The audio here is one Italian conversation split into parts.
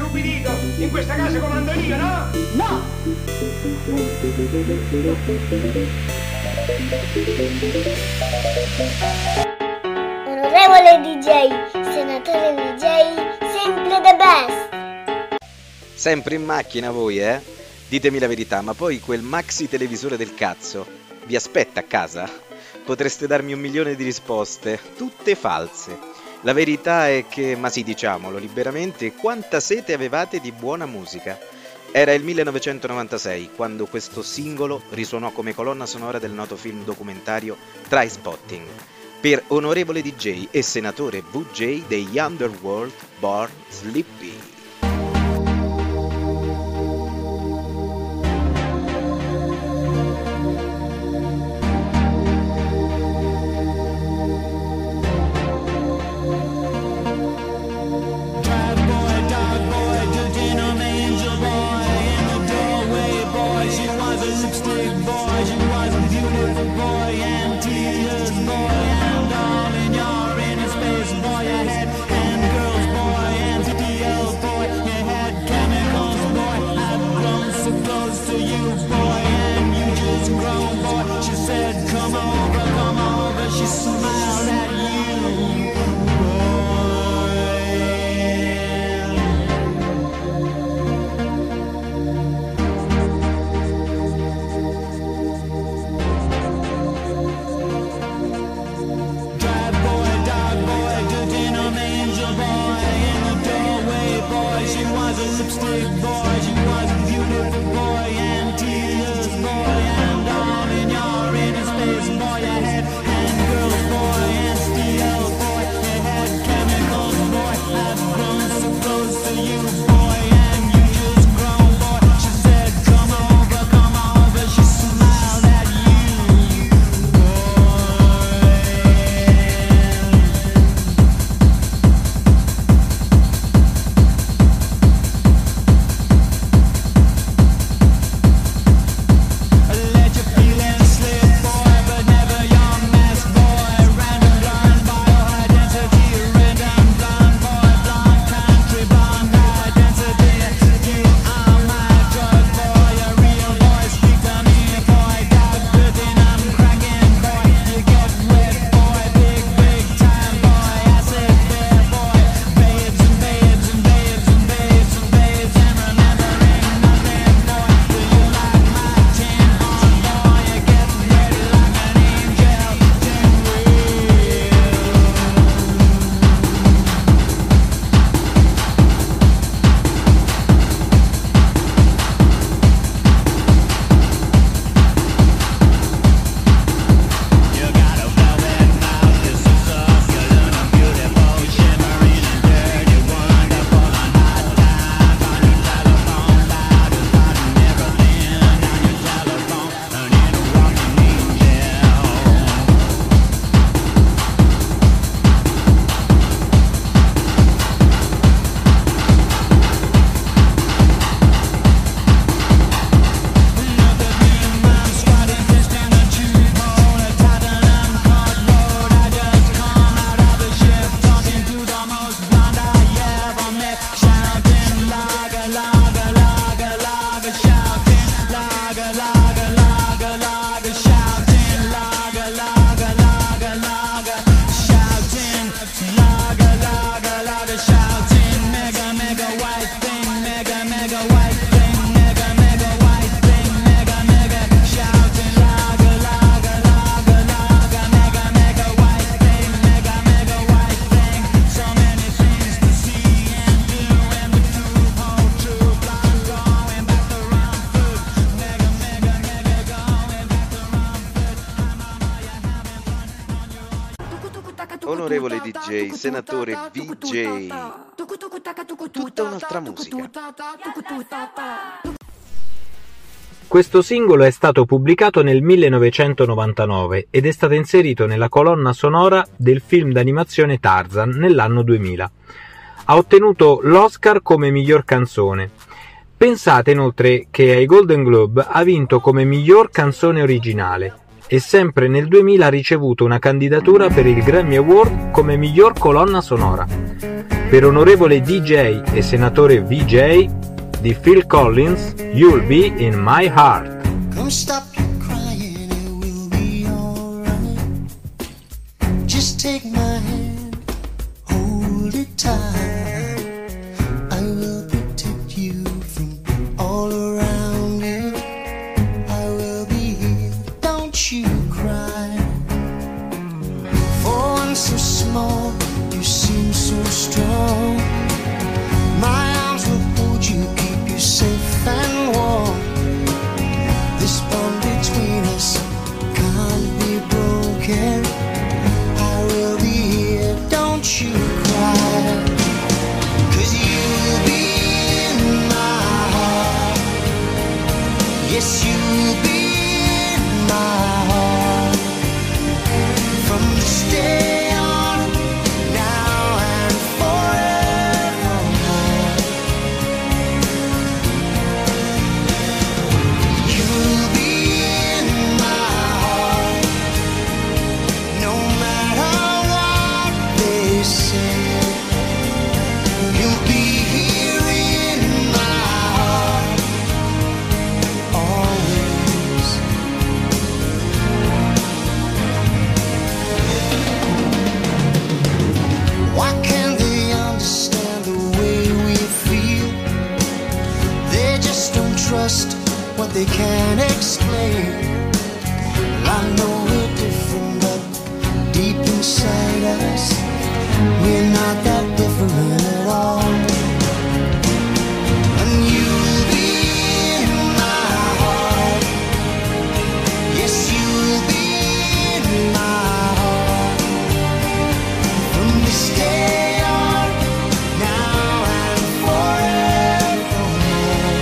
ubbidito. In questa casa comando io, no? No! Onorevole DJ, senatore DJ, sempre the best. Sempre in macchina voi, eh? Ditemi la verità, ma poi quel maxi televisore del cazzo vi aspetta a casa? Potreste darmi 1 milione di risposte, tutte false. La verità è che, ma sì, diciamolo liberamente, quanta sete avevate di buona musica. Era il 1996, quando questo singolo risuonò come colonna sonora del noto film documentario Trainspotting, per Onorevole DJ e senatore VJ degli Underworld Born Slippy. Onorevole DJ, senatore VJ, tutta un'altra musica. Questo singolo è stato pubblicato nel 1999 ed è stato inserito nella colonna sonora del film d'animazione Tarzan nell'anno 2000. Ha ottenuto l'Oscar come miglior canzone. Pensate inoltre che ai Golden Globe ha vinto come miglior canzone originale e sempre nel 2000 ha ricevuto una candidatura per il Grammy Award come miglior colonna sonora. per onorevole DJ e senatore VJ di Phil Collins, You'll Be in My Heart. Come stop your crying, it will be alright. Just take my hand, hold it tight. I will protect you from all around you. I will be here, don't you cry. For one so small, you seem so strong. My arms will hold you, keep you safe and warm. This bond between us can't be broken. I will be here, don't you cry. 'Cause you'll be in my heart. Yes, you'll be in my heart. From this day on, now and forevermore. You'll be in my heart, no matter what they say. You'll be here in my heart, always. Why can't they understand the way we feel? They just don't trust what they can't explain. I know we're different, but deep inside us, we're not that different at all. And you'll be in my heart. Yes, you'll be in my heart. From this day on, now and forevermore.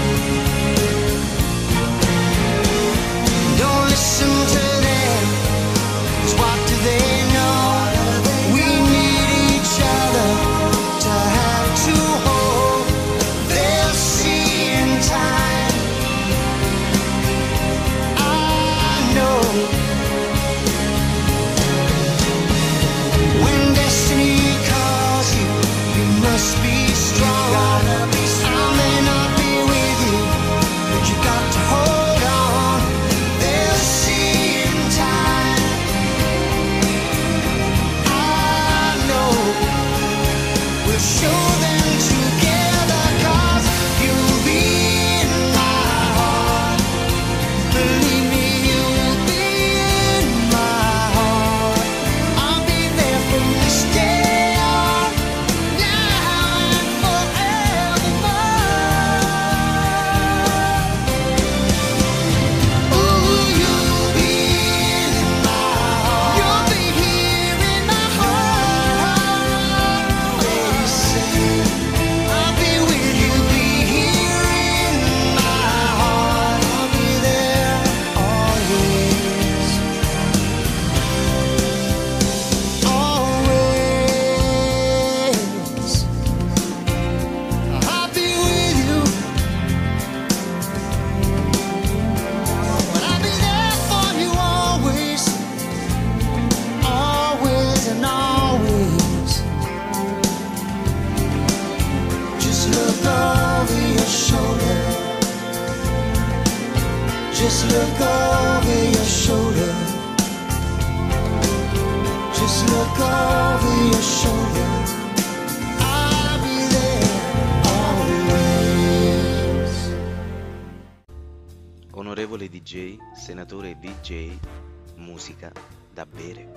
Don't listen to them, 'cause what do they know? We need each other to have to hold. They'll see in time, I know. When destiny calls you, you must be strong. I may not be with you, but you got to hold on. They'll see in time, I know. We'll show them together, 'cause you'll be in my heart. Believe me, you'll be in my heart. I'll be there from this day on, now and forevermore. Ooh, you'll be in my heart. You'll be here in my heart. They say I'll be with you, be here in my heart. I'll be there always, always. I'll be with you, but I'll be there for you always, always and always. Just look over your shoulder. Just look over your shoulder. Just look over your shoulder. I'll be there always. Onorevole DJ, senatore VJ, musica da bere.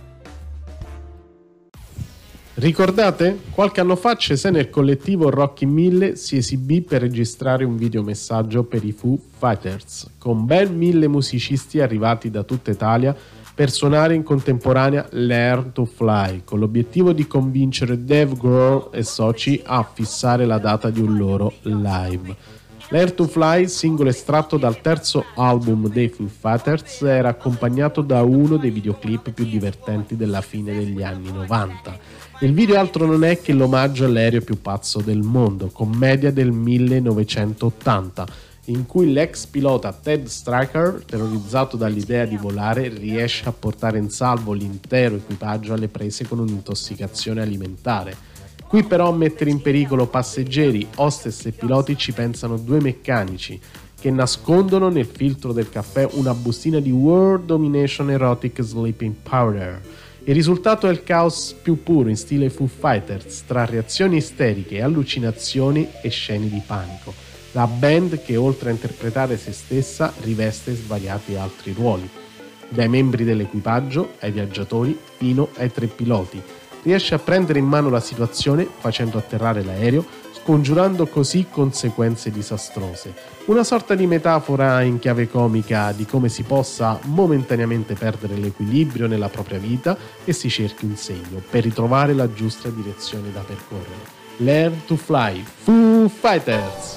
Ricordate? Qualche anno fa Cesena e il collettivo Rocky 1000 si esibì per registrare un videomessaggio per i Foo Fighters, con ben 1000 musicisti arrivati da tutta Italia per suonare in contemporanea Learn to Fly, con l'obiettivo di convincere Dave Grohl e soci a fissare la data di un loro live. Learn to Fly, singolo estratto dal terzo album dei Foo Fighters, era accompagnato da uno dei videoclip più divertenti della fine degli anni 90. Il video altro non è che l'omaggio all'aereo più pazzo del mondo, commedia del 1980, in cui l'ex pilota Ted Striker, terrorizzato dall'idea di volare, riesce a portare in salvo l'intero equipaggio alle prese con un'intossicazione alimentare. Qui però a mettere in pericolo passeggeri, hostess e piloti ci pensano due meccanici che nascondono nel filtro del caffè una bustina di World Domination Erotic Sleeping Powder. Il risultato è il caos più puro in stile Foo Fighters, tra reazioni isteriche, allucinazioni e scene di panico. La band che oltre a interpretare se stessa riveste svariati altri ruoli, dai membri dell'equipaggio ai viaggiatori fino ai 3 piloti. Riesce a prendere in mano la situazione facendo atterrare l'aereo, scongiurando così conseguenze disastrose. Una sorta di metafora in chiave comica di come si possa momentaneamente perdere l'equilibrio nella propria vita e si cerchi un segno per ritrovare la giusta direzione da percorrere. Learn to Fly, Foo Fighters!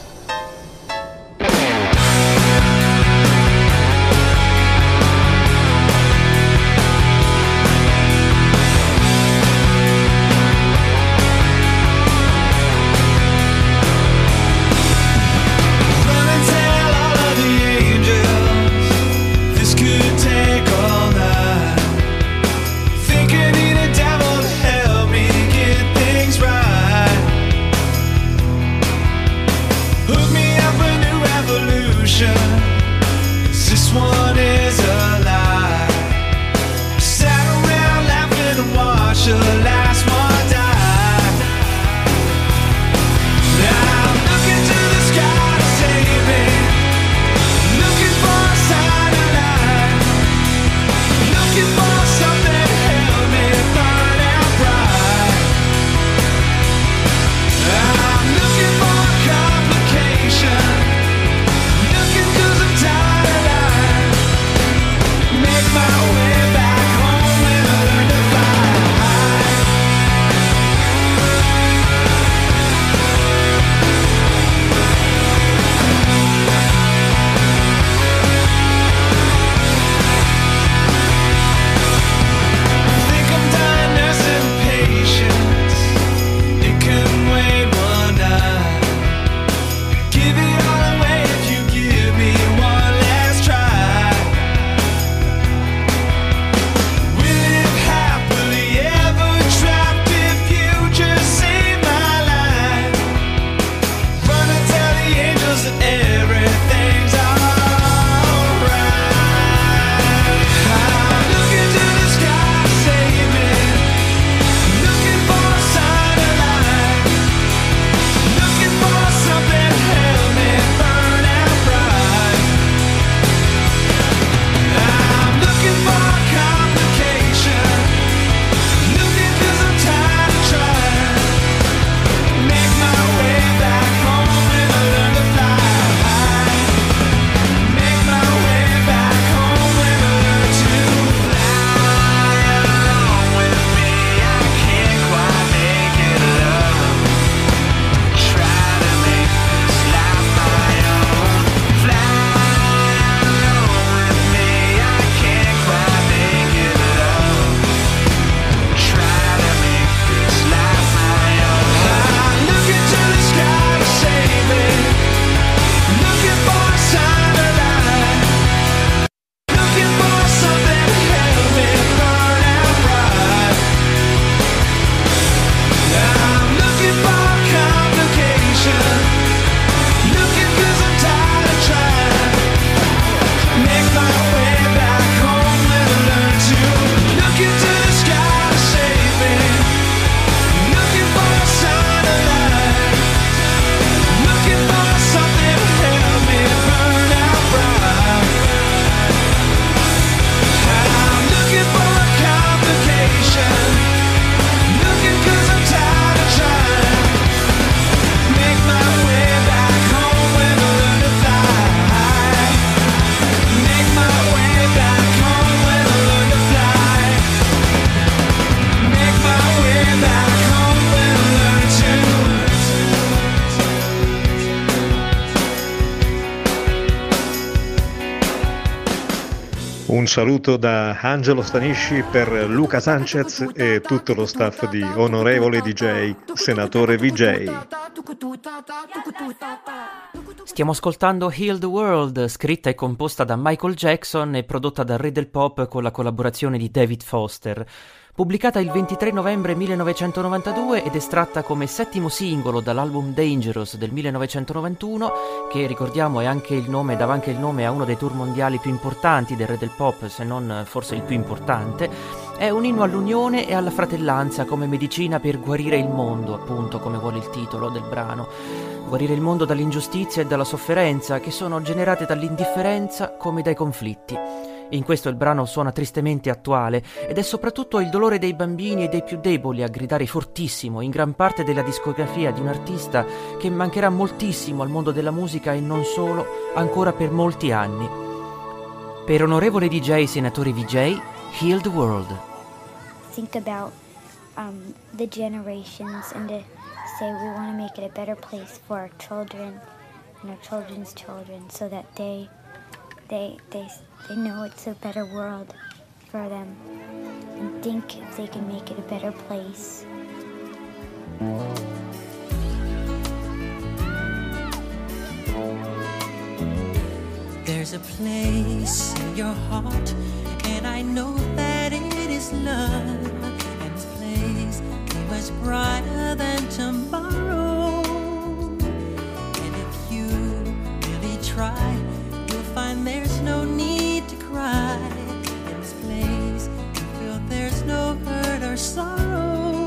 Un saluto da Angelo Stanisci per Luca Sanchez e tutto lo staff di Onorevole DJ, Senatore VJ. Stiamo ascoltando Heal the World, scritta e composta da Michael Jackson e prodotta da Re del Pop con la collaborazione di David Foster. Pubblicata il 23 novembre 1992 ed estratta come settimo singolo dall'album Dangerous del 1991, che ricordiamo dava anche il nome a uno dei tour mondiali più importanti del re del pop, se non forse il più importante, è un inno all'unione e alla fratellanza come medicina per guarire il mondo, appunto come vuole il titolo del brano. Guarire il mondo dall'ingiustizia e dalla sofferenza che sono generate dall'indifferenza come dai conflitti. In questo il brano suona tristemente attuale ed è soprattutto il dolore dei bambini e dei più deboli a gridare fortissimo in gran parte della discografia di un artista che mancherà moltissimo al mondo della musica e non solo, ancora per molti anni. Per onorevole DJ Senatore VJ, Heal the World. Think about the generations and to say we want to make it a better place for our children and our children's children so that they know it's a better world for them and think if they can make it a better place. There's a place in your heart and I know that it is love, and this place is much brighter than tomorrow, and if you really try find there's no need to cry. In this place you feel there's no hurt or sorrow.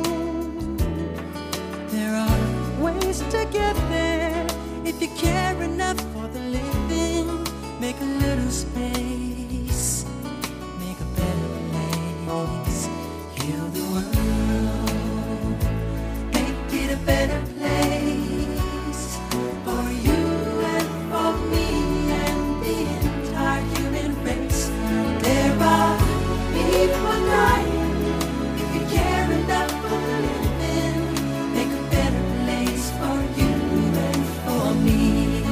There are ways to get there if you care enough for the living. Make a little space, make a better place. Heal the world, make it a better place for you and for me. There are people dying. If you care enough for the living, make a better place for you and for me.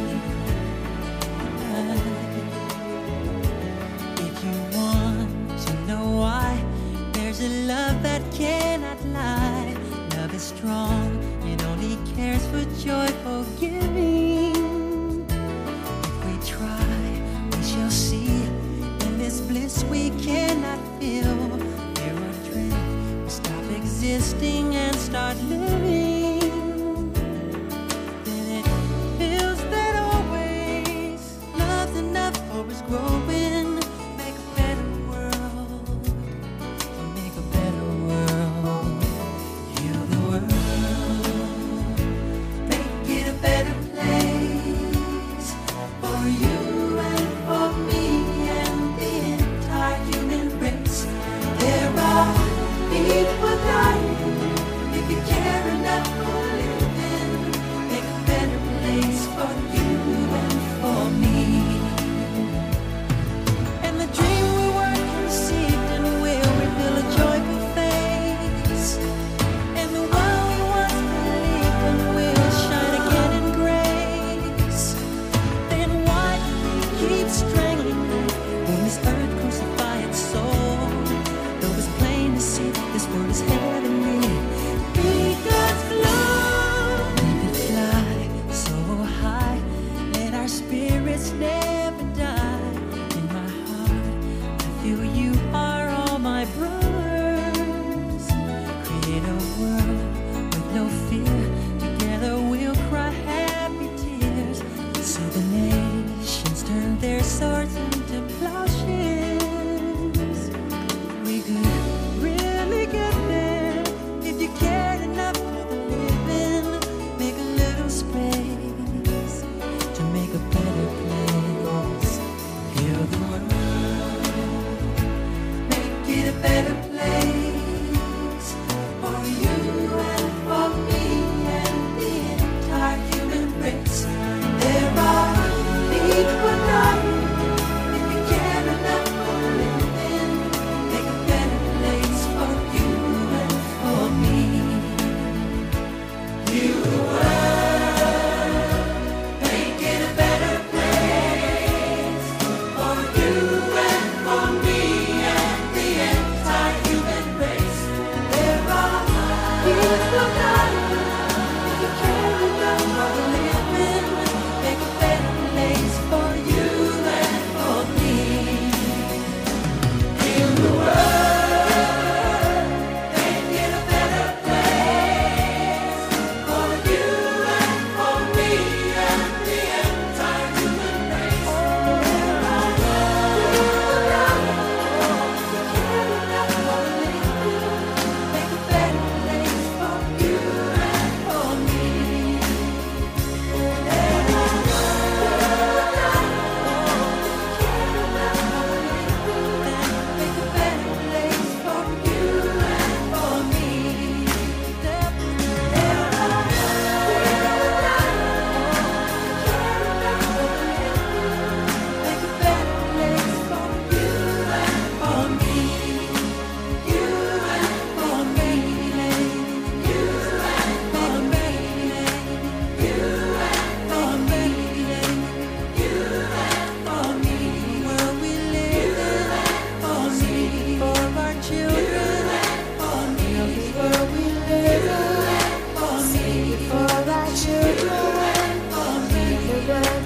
If you want to know why, there's a love that cannot lie. Love is strong, it only cares for joyful giving. If we try, we shall see. This bliss we cannot feel. There are dreams we stop existing and start living. Then it feels that always love's enough for us growing. Make a better world, make a better world. Heal the world, make it a better place. children for me. The world